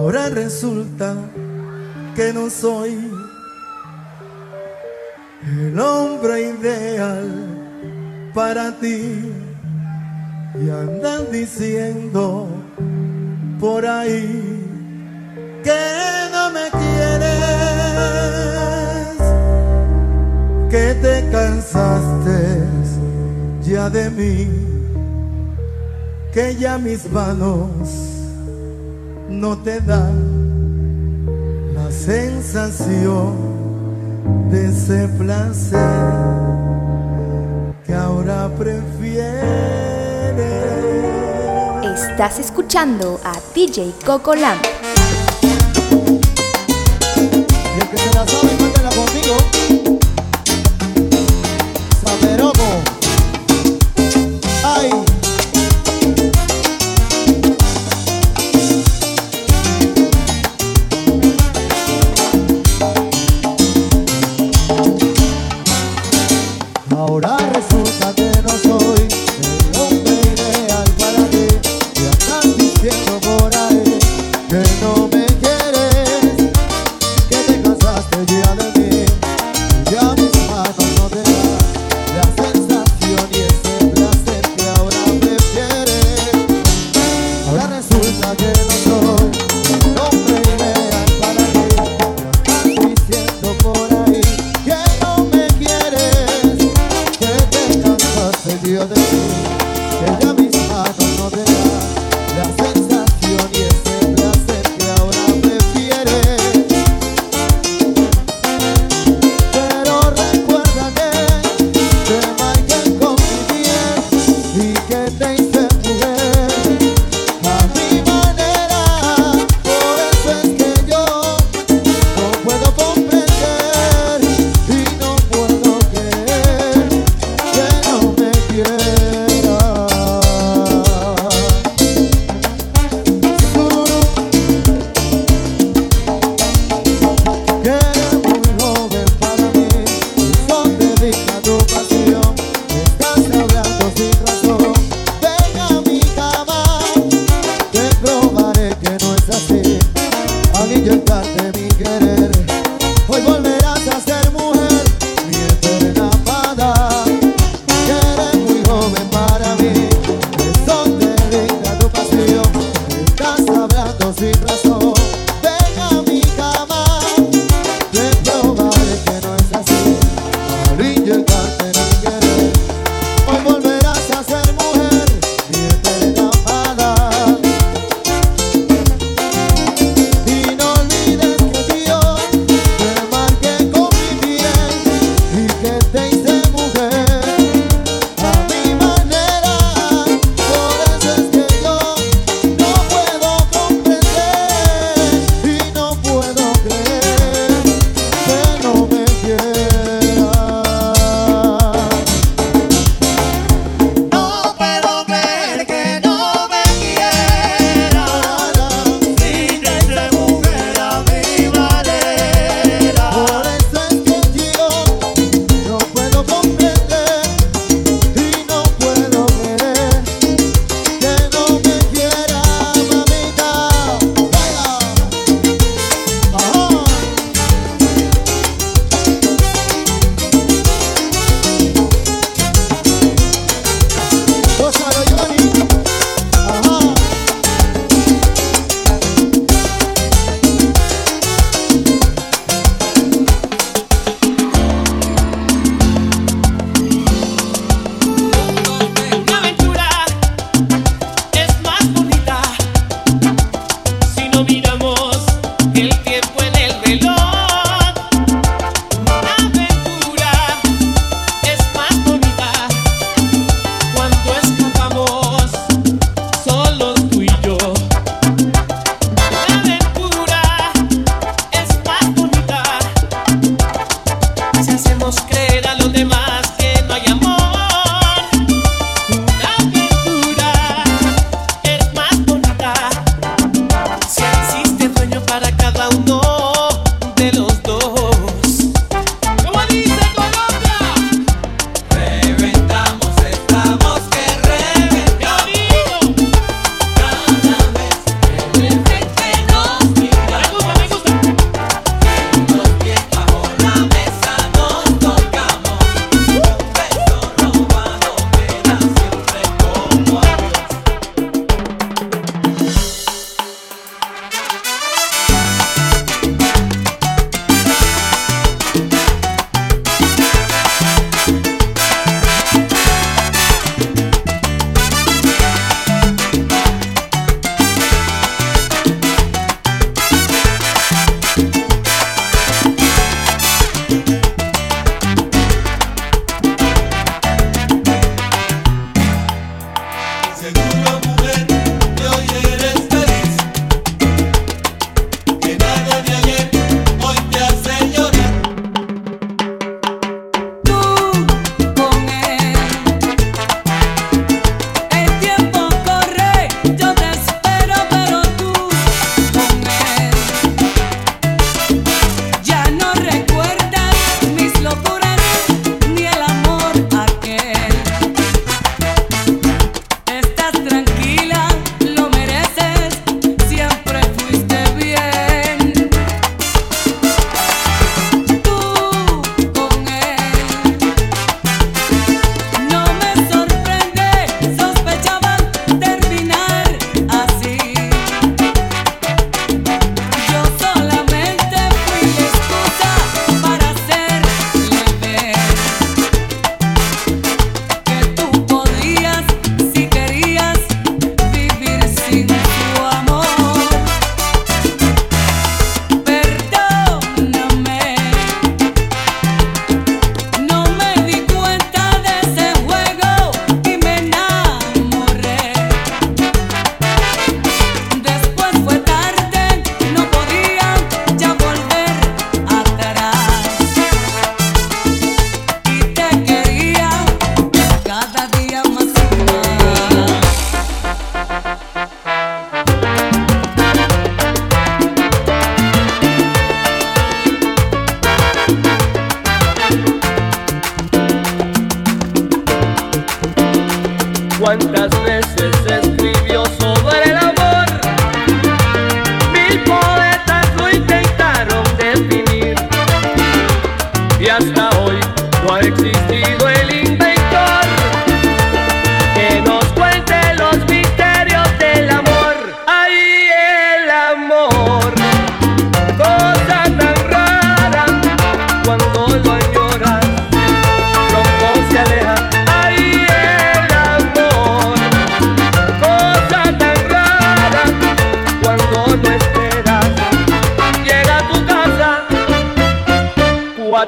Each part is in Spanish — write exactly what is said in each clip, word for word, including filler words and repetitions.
Ahora resulta que no soy el hombre ideal para ti y andan diciendo por ahí que no me quieres, que te cansaste ya de mí, que ya mis manos no te dan la sensación de ese placer que ahora prefieres. Estás escuchando a D J Coco Lamb. Y el que se la sabe, cántala conmigo. Saberoco. Ay. Ahora resulta que no soy el hombre ideal para ti y andas diciendo por ahí que no me quieres, que te cansaste ya de mí y ya mis manos no te dan la sensación y ese placer que ahora prefieres. Ahora resulta que no soy el hombre ideal para ti y andas diciendo por ahí que no me quieres, que te cansaste ya de mí, que ya mis manos no te dan la sensación y ese placer que ahora prefieres. Pero recuerda que te marqué con mi piel y que te hice mujer a mi manera. Por eso es que yo no puedo comprender y no puedo creer que no me quieras. Que eres muy joven para mí, son dedica tu pasión, estás hablando sin razón. Ven a mi cama, te probaré que no es así, al inyectarte mi querer. Hoy volverás a ser mujer, mi eterna amada. Que eres muy joven para mí, son dedica tu pasión, estás hablando sin razón. Ven a mi cama, te probaré que no es así, al inyectarte mi querer. Hoy volverás a ser mujer, mi eterna amada. Y no olvides que Dios te marqué con mi piel y que te hice mujer a mi manera. Por eso es que yo no puedo comprender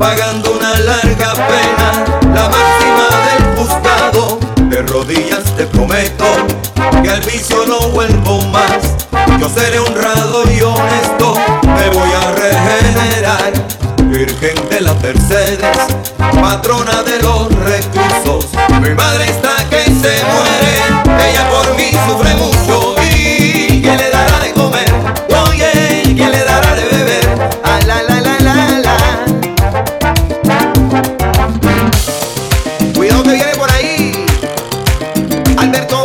pagando una larga pena, la máxima del juzgado. De rodillas te prometo que al vicio no vuelvo más. Yo seré honrado y honesto, me voy a regenerar. Virgen de la Mercedes, patrona de los reclusos, mi madre está que se muere, ella por mí sufre mucho. ¿Y quién le dará de comer? Oye, ¿quién le dará de beber? Ah, la, la, la, la, la. Cuidado que viene por ahí Alberto